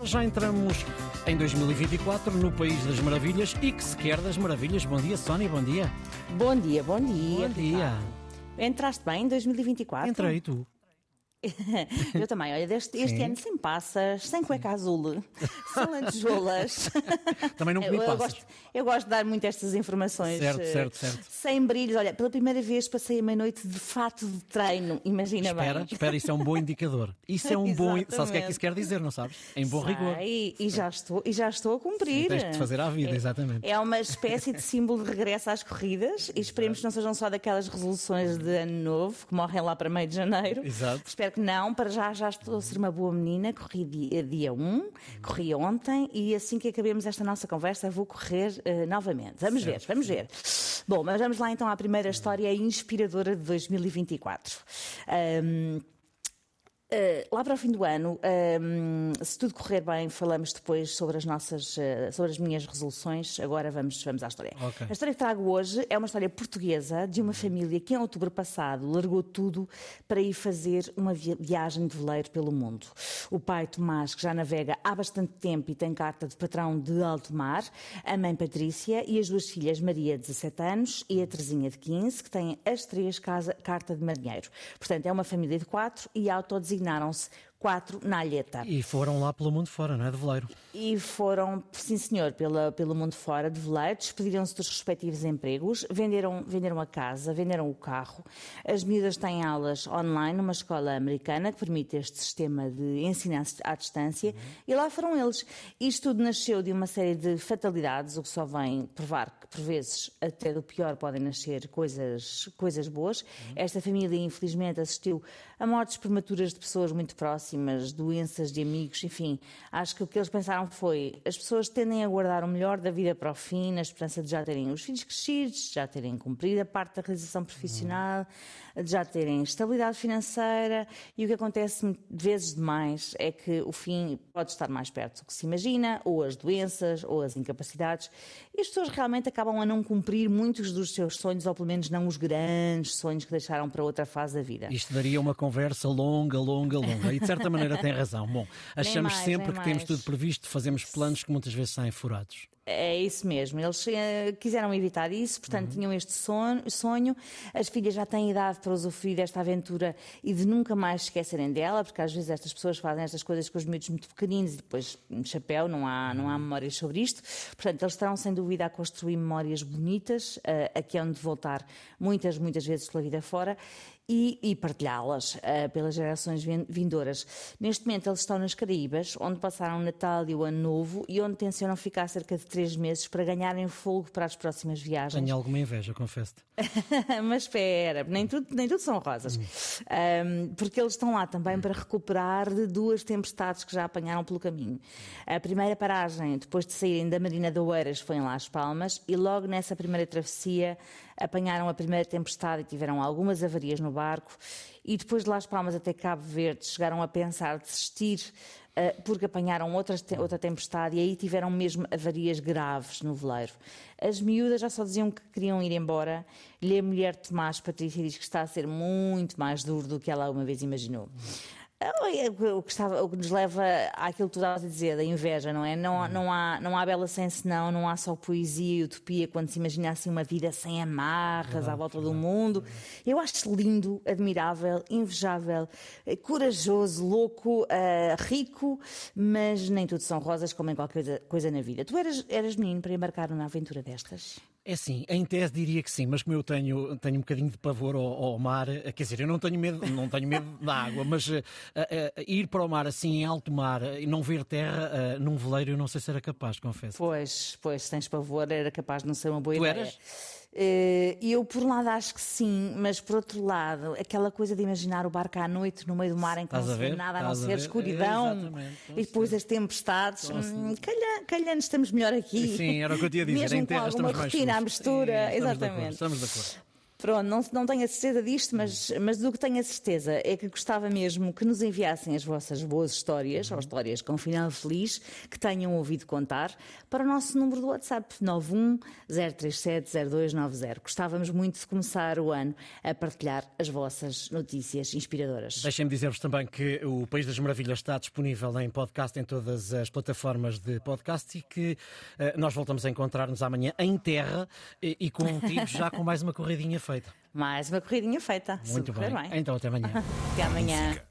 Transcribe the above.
Já entramos em 2024, no País das Maravilhas e que se quer das maravilhas. Bom dia, Sónia, bom dia. Bom dia, bom dia. Bom dia. Entraste bem em 2024? Entrei, tu. Eu também, olha, este ano sem passas, sem cueca azul, sem lantejoulas. Também não comi passas. Eu gosto de dar muito estas informações. Certo. Sem brilhos. Olha, pela primeira vez passei a meia-noite de fato de treino, imagina bem. Espera, isso é um bom indicador. Isso é um bom... Sabes o que é que isso quer dizer, não sabes? Em bom rigor. E já estou a cumprir. Sim, tens de fazer à vida, exatamente. É uma espécie de símbolo de regresso às corridas e esperemos que não sejam só daquelas resoluções de ano novo que morrem lá para meio de janeiro. Exato. Espero que não, para já estou a ser uma boa menina, corri dia 1, corri ontem e assim que acabemos esta nossa conversa vou correr novamente. Vamos ver. Bom, mas vamos lá então à primeira história inspiradora de 2024. Lá para o fim do ano, se tudo correr bem, falamos depois sobre as minhas resoluções. Agora vamos à história. Okay. A história que trago hoje é uma história portuguesa de uma família que em outubro passado largou tudo para ir fazer uma viagem de veleiro pelo mundo. O pai Tomás, que já navega há bastante tempo e tem carta de patrão de alto mar, a mãe Patrícia e as duas filhas Maria, de 17 anos, e a Terezinha, de 15, que têm as três carta de marinheiro. Portanto, é uma família de 4 e autodesignaram-se 4 na alheta. E foram lá pelo mundo fora, não é? De veleiro. E foram, sim senhor, pelo mundo fora de veleiro, despediram-se dos respectivos empregos, venderam a casa, venderam o carro. As miúdas têm aulas online numa escola americana que permite este sistema de ensino à distância e lá foram eles. Isto tudo nasceu de uma série de fatalidades, o que só vem provar que por vezes até do pior podem nascer coisas boas. Esta família infelizmente assistiu a mortes prematuras de pessoas muito próximas, doenças de amigos, enfim, acho que o que eles pensaram foi: as pessoas tendem a guardar o melhor da vida para o fim, na esperança de já terem os filhos crescidos, de já terem cumprido a parte da realização profissional, de já terem estabilidade financeira, e o que acontece vezes demais é que o fim pode estar mais perto do que se imagina, ou as doenças, ou as incapacidades, e as pessoas realmente acabam a não cumprir muitos dos seus sonhos, ou pelo menos não os grandes sonhos que deixaram para outra fase da vida. Isto daria uma conversa longa, e de certa maneira tem razão. Bom, achamos sempre que temos tudo previsto, fazemos planos que muitas vezes saem furados. É isso mesmo, eles quiseram evitar isso, portanto tinham este sonho. As filhas já têm idade para usufruir desta aventura e de nunca mais se esquecerem dela, porque às vezes estas pessoas fazem estas coisas com os miúdos muito pequeninos e depois chapéu, não há memórias sobre isto. Portanto, eles estarão sem dúvida a construir memórias bonitas, aqui é onde voltar muitas vezes pela vida fora, e partilhá-las pelas gerações vindouras. Neste momento eles estão nas Caraíbas, onde passaram o Natal e o Ano Novo e onde tencionam ficar cerca de 3 meses para ganharem fogo para as próximas viagens. Tenho alguma inveja, confesso-te. Mas espera, nem tudo são rosas. Porque eles estão lá também para recuperar de 2 tempestades que já apanharam pelo caminho. A primeira paragem, depois de saírem da Marina de Oeiras, foi em Las Palmas, e logo nessa primeira travessia apanharam a primeira tempestade e tiveram algumas avarias no barco, e depois de Las Palmas até Cabo Verde chegaram a pensar desistir porque apanharam outra tempestade e aí tiveram mesmo avarias graves no veleiro. As miúdas já só diziam que queriam ir embora, e a mulher de Tomás, Patrícia, diz que está a ser muito mais duro do que ela uma vez imaginou. O que nos leva àquilo que tu estavas a dizer, da inveja, não é? Não há bela senso, não há só poesia e utopia quando se imagina assim uma vida sem amarras à volta do mundo. Eu acho lindo, admirável, invejável, corajoso, louco, rico, mas nem tudo são rosas como em qualquer coisa na vida. Tu eras menino para embarcar numa aventura destas? É sim, em tese diria que sim, mas como eu tenho um bocadinho de pavor ao mar, quer dizer, eu não tenho medo da água, mas ir para o mar assim em alto mar e não ver terra num veleiro, eu não sei se era capaz, confesso. Pois, se tens pavor, era capaz de não ser uma boa ideia. Tu eras? Eu por um lado acho que sim, mas por outro lado, aquela coisa de imaginar o barco à noite no meio do mar em que não se vê nada a não ser escuridão e depois as tempestades, calhando estamos melhor aqui. Sim, era o que eu tinha a dizer. Mesmo em terra com alguma estamos mais rotina à seguros. mistura, Sim, exatamente. Estamos de acordo. Pronto, não tenho a certeza disto, mas do que tenho a certeza é que gostava mesmo que nos enviassem as vossas boas histórias, ou histórias com final feliz, que tenham ouvido contar, para o nosso número do WhatsApp, 910370290. Gostávamos muito de começar o ano a partilhar as vossas notícias inspiradoras. Deixem-me dizer-vos também que o País das Maravilhas está disponível em podcast em todas as plataformas de podcast e que nós voltamos a encontrar-nos amanhã em terra e contigo já com mais uma corridinha feita. Mais uma corridinha feita. Muito bem. Bem. Então até amanhã. Até amanhã.